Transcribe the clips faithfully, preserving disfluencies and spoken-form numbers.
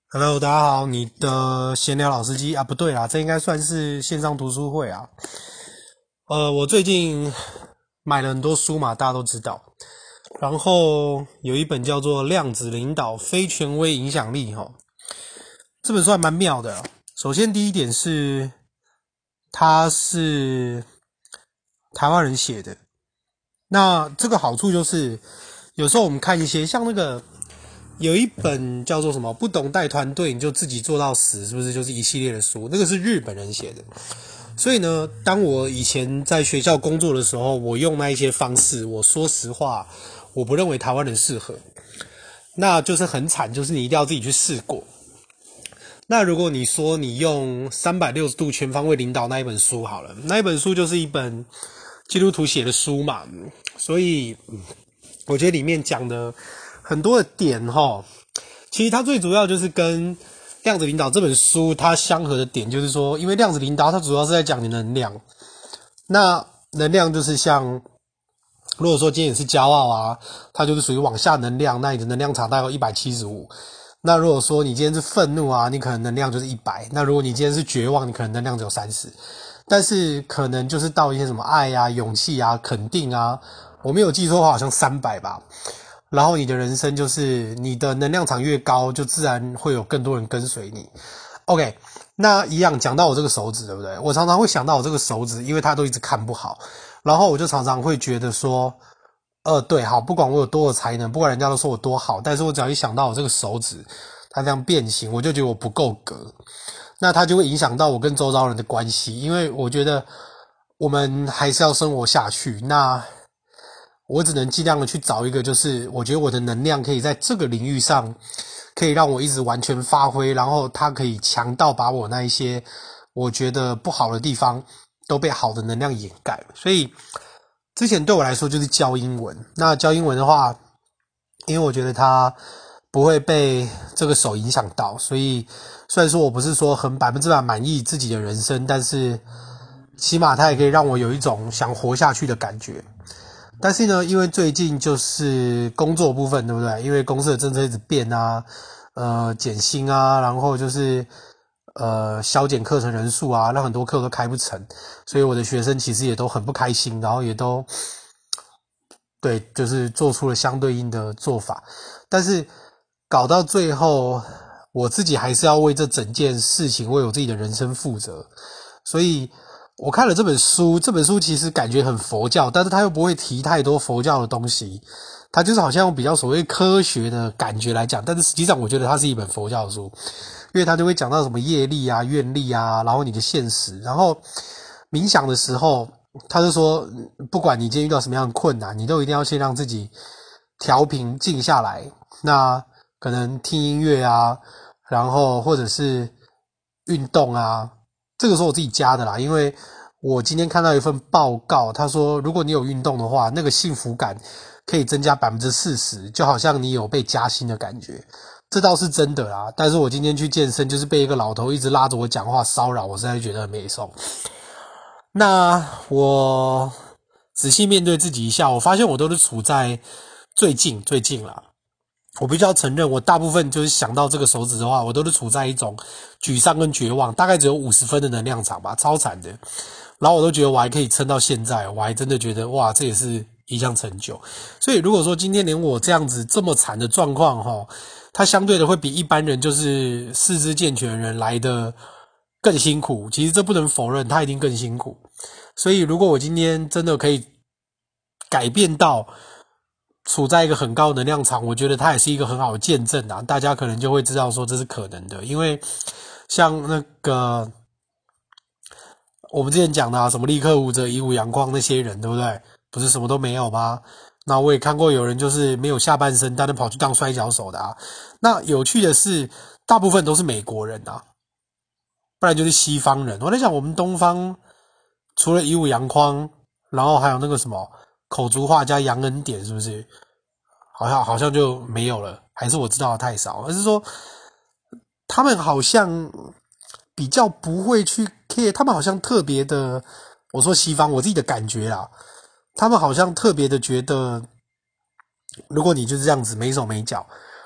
Hello，大家好，你的闲聊老司机啊，不对啦，这应该算是线上读书会啊。呃，我最近买了很多书嘛，大家都知道。然后有一本叫做《量子领导：非权威影响力》哈，这本书还蛮妙的。首先第一点是，它是台湾人写的。那这个好处就是，有时候我们看一些像那个有一本叫做什么“不懂带团队你就自己做到死”，是不是就是一系列的书？那个是日本人写的。所以呢，当我以前在学校工作的时候，我用那一些方式，我说实话，我不认为台湾人适合。那就是很惨，就是你一定要自己去试过。那如果你说你用三百六十度全方位领导那一本书好了，那一本书就是一本基督徒写的书嘛，所以我觉得里面讲的很多的点齁，其实它最主要就是跟量子领导这本书它相合的点，就是说，因为量子领导它主要是在讲你的能量，那能量就是像，如果说今天你是骄傲啊，它就是属于往下能量，那你的能量场大概有一百七十五。那如果说你今天是愤怒啊，你可能能量就是一百。那如果你今天是绝望，你可能能量只有三十。但是可能就是到一些什么爱啊、勇气啊、肯定啊，我没有记错的话，好像三百吧。然后你的人生就是你的能量场越高，就自然会有更多人跟随你。OK，那一样讲到我这个手指，对不对？我常常会想到我这个手指，因为它都一直看不好，然后我就常常会觉得说，呃，对，好，不管我有多有才能，不管人家都说我多好，但是我只要一想到我这个手指，它这样变形，我就觉得我不够格，那它就会影响到我跟周遭人的关系，因为我觉得我们还是要生活下去，那我只能尽量的去找一个，就是我觉得我的能量可以在这个领域上，可以让我一直完全发挥，然后它可以强到把我那一些我觉得不好的地方都被好的能量掩盖。所以之前对我来说就是教英文，那教英文的话，因为我觉得它不会被这个手影响到，所以虽然说我不是说很百分之百满意自己的人生，但是起码它也可以让我有一种想活下去的感觉。但是呢，因为最近就是工作部分，对不对？因为公司的政策一直变啊，呃，减薪啊，然后就是呃削减课程人数啊，让很多课都开不成，所以我的学生其实也都很不开心，然后也都对，就是做出了相对应的做法。但是搞到最后，我自己还是要为这整件事情为我自己的人生负责，所以我看了这本书，这本书其实感觉很佛教，但是他又不会提太多佛教的东西，他就是好像用比较所谓科学的感觉来讲，但是实际上我觉得它是一本佛教的书，因为他就会讲到什么业力啊、愿力啊，然后你的现实，然后冥想的时候，他就说，不管你今天遇到什么样的困难，你都一定要先让自己调平静下来，那可能听音乐啊，然后或者是运动啊，这个是我自己加的啦，因为我今天看到一份报告，他说如果你有运动的话，那个幸福感可以增加 百分之四十， 就好像你有被加薪的感觉。这倒是真的啦，但是我今天去健身，就是被一个老头一直拉着我讲话骚扰，我实在觉得很没送。那我仔细面对自己一下，我发现我都是处在最近最近啦。我必须要承认，我大部分就是想到这个手指的话，我都是处在一种沮丧跟绝望，大概只有五十分的能量场吧，超惨的。然后我都觉得我还可以撑到现在，我还真的觉得哇，这也是一项成就。所以如果说今天连我这样子这么惨的状况齁，它相对的会比一般人就是四肢健全的人来的更辛苦。其实这不能否认，他一定更辛苦。所以如果我今天真的可以改变到处在一个很高能量场，我觉得它也是一个很好的见证啊，大家可能就会知道说这是可能的，因为像那个我们之前讲的啊，什么立刻舞者、以武阳光那些人，对不对？不是什么都没有吗？那我也看过有人就是没有下半身，但是跑去当摔跤手的啊。那有趣的是，大部分都是美国人啊，不然就是西方人。我在想，我们东方除了以武阳光，然后还有那个什么口足画家杨恩典，是不是？好像好像就没有了，还是我知道的太少，而是说他们好像比较不会去 care，他们好像特别的，我说西方我自己的感觉啦，他们好像特别的觉得，如果你就是这样子没手没脚，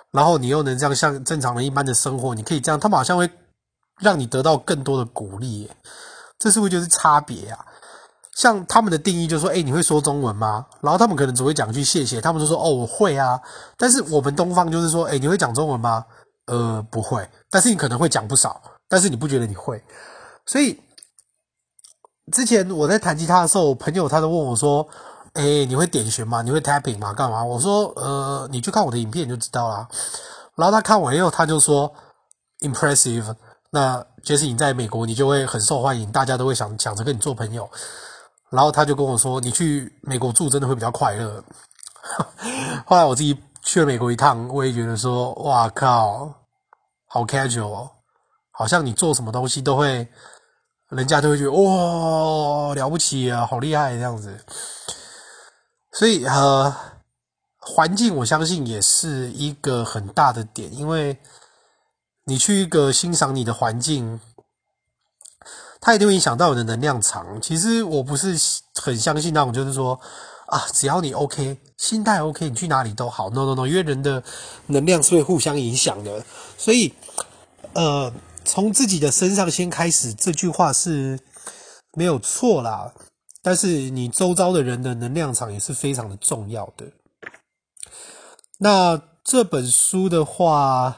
然后你又能这样像正常人一般的生活，你可以这样，他们好像会让你得到更多的鼓励耶，这是不是就是差别啊？像他们的定义就是说，哎，你会说中文吗？然后他们可能只会讲句谢谢，他们就说，哦，我会啊。但是我们东方就是说，哎，你会讲中文吗？呃，不会。但是你可能会讲不少，但是你不觉得你会。所以之前我在弹吉他的时候，我朋友他都问我说，哎，你会点弦吗？你会 tapping 吗？干嘛？我说，呃，你去看我的影片你就知道啦。然后他看完以后，他就说 impressive。那 Jesse 你在美国你就会很受欢迎，大家都会想想着跟你做朋友。然后他就跟我说，你去美国住真的会比较快乐。后来我自己去了美国一趟，我也觉得说，哇靠，好 casual 哦，好像你做什么东西都会，人家都会觉得哇了不起啊，好厉害这样子。所以呃，环境我相信也是一个很大的点，因为你去一个欣赏你的环境，它一定会影响到你的能量场。其实我不是很相信那种，就是说啊，只要你 OK， 心态 OK， 你去哪里都好。No No No， 因为人的能量是会互相影响的。所以，呃，从自己的身上先开始，这句话是没有错啦。但是你周遭的人的能量场也是非常的重要的。那这本书的话，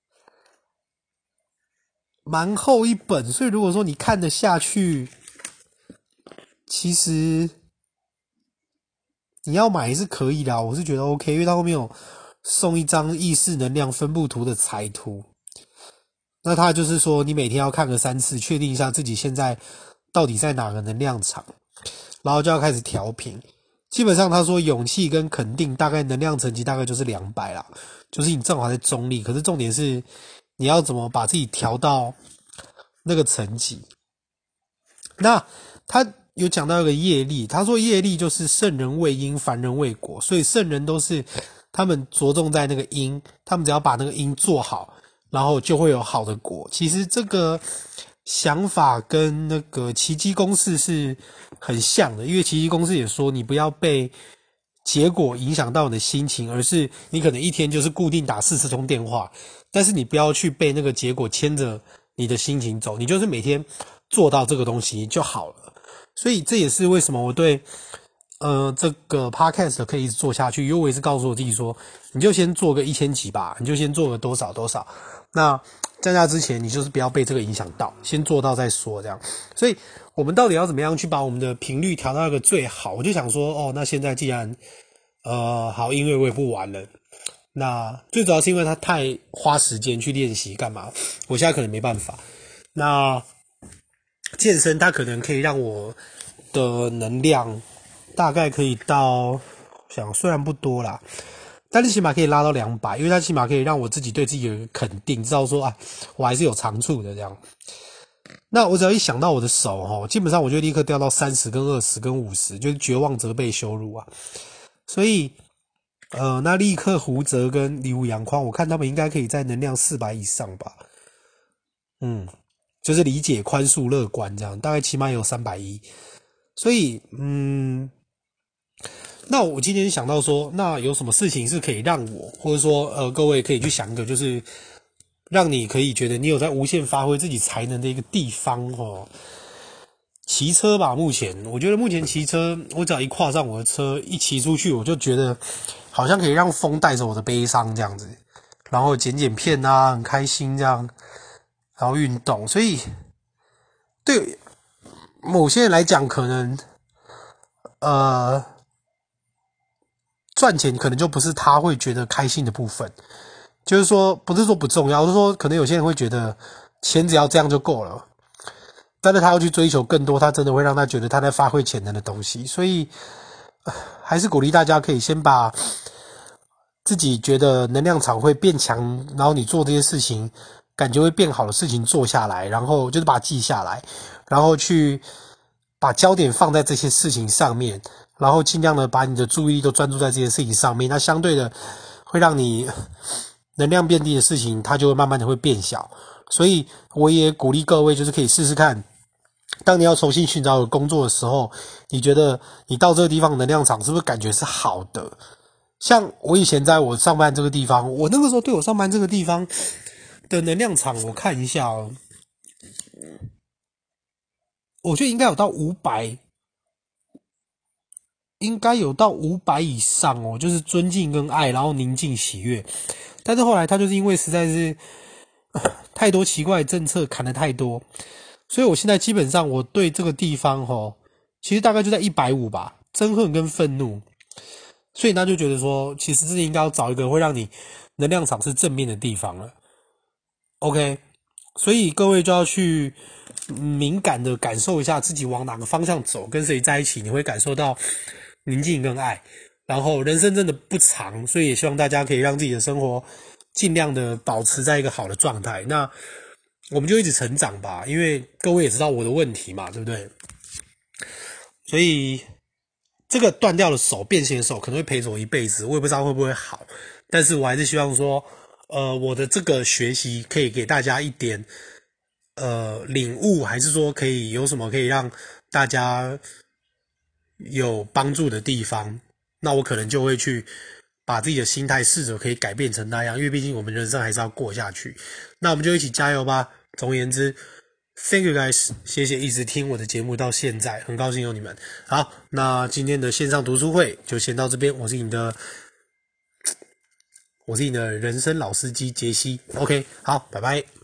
蛮厚一本，所以如果说你看得下去，其实你要买也是可以的，我是觉得 OK， 因为它后面有送一张意识能量分布图的彩图。那它就是说，你每天要看个三次，确定一下自己现在到底在哪个能量场，然后就要开始调频。基本上他说勇气跟肯定大概能量层级大概就是两百啦，就是你正好在中立，可是重点是你要怎么把自己调到那个层级。那他有讲到一个业力，他说业力就是圣人为因，凡人为果，所以圣人都是他们着重在那个因，他们只要把那个因做好，然后就会有好的果。其实这个想法跟那个奇迹公式是很像的，因为奇迹公式也说你不要被结果影响到你的心情，而是你可能一天就是固定打四十通电话，但是你不要去被那个结果牵着你的心情走，你就是每天做到这个东西就好了。所以这也是为什么我对呃这个 podcast 可以一直做下去，因为我也是告诉我自己说，你就先做个一千集吧，你就先做个多少多少，那在那之前你就是不要被这个影响到，先做到再说这样。所以我们到底要怎么样去把我们的频率调到一个最好？我就想说，哦，那现在既然呃好，音乐我也不玩了，那最主要是因为它太花时间去练习干嘛，我现在可能没办法。那健身它可能可以让我的能量大概可以到，想虽然不多啦，但是起码可以拉到两百，因为它起码可以让我自己对自己有一个肯定，知道说啊，我还是有长处的这样。那我只要一想到我的手齁，基本上我就立刻掉到三十跟二十跟五十，就是绝望则被羞辱啊。所以呃，那立刻胡泽跟李武阳匡，我看他们应该可以在能量四百以上吧。嗯，就是理解、宽恕、乐观这样，大概起码有三百一。所以嗯，那我今天想到说，那有什么事情是可以让我，或者说呃各位可以去想一个，就是让你可以觉得你有在无限发挥自己才能的一个地方齁。骑车吧，目前我觉得目前骑车，我只要一跨上我的车，一骑出去，我就觉得好像可以让风带着我的悲伤这样子，然后剪剪片啊，很开心这样，然后运动。所以对某些人来讲，可能呃赚钱可能就不是他会觉得开心的部分，就是说不是说不重要，就是说可能有些人会觉得钱只要这样就够了。但是他要去追求更多，他真的会让他觉得他在发挥潜能的东西，所以、呃、还是鼓励大家可以先把自己觉得能量场会变强，然后你做这些事情感觉会变好的事情做下来，然后就是把它记下来，然后去把焦点放在这些事情上面，然后尽量的把你的注意力都专注在这些事情上面，那相对的会让你能量变低的事情，它就会慢慢的会变小。所以我也鼓励各位就是可以试试看，当你要重新寻找工作的时候，你觉得你到这个地方能量场是不是感觉是好的？ 像我以前在我上班这个地方，我那个时候对我上班这个地方的能量场，我看一下哦，我觉得应该有到五百，应该有到五百以上哦，就是尊敬跟爱，然后宁静喜悦。但是后来他就是因为实在是太多奇怪的政策砍得太多，所以我现在基本上我对这个地方吼，其实大概就在一百五吧，憎恨跟愤怒。所以他就觉得说，其实是应该要找一个会让你能量场是正面的地方了。OK，所以各位就要去敏感的感受一下自己往哪个方向走，跟谁在一起，你会感受到宁静跟爱。然后人生真的不长，所以也希望大家可以让自己的生活尽量的保持在一个好的状态。那我们就一直成长吧，因为各位也知道我的问题嘛，对不对？所以这个断掉的手，变形的手可能会陪着我一辈子，我也不知道会不会好，但是我还是希望说，呃，我的这个学习可以给大家一点呃领悟，还是说可以有什么可以让大家有帮助的地方，那我可能就会去把自己的心态试着可以改变成那样，因为毕竟我们人生还是要过下去。那我们就一起加油吧。总而言之 ，Thank you guys， 谢谢一直听我的节目到现在，很高兴有你们。好，那今天的线上读书会就先到这边，我是你的，我是你的人生老司机杰西。OK， 好，拜拜。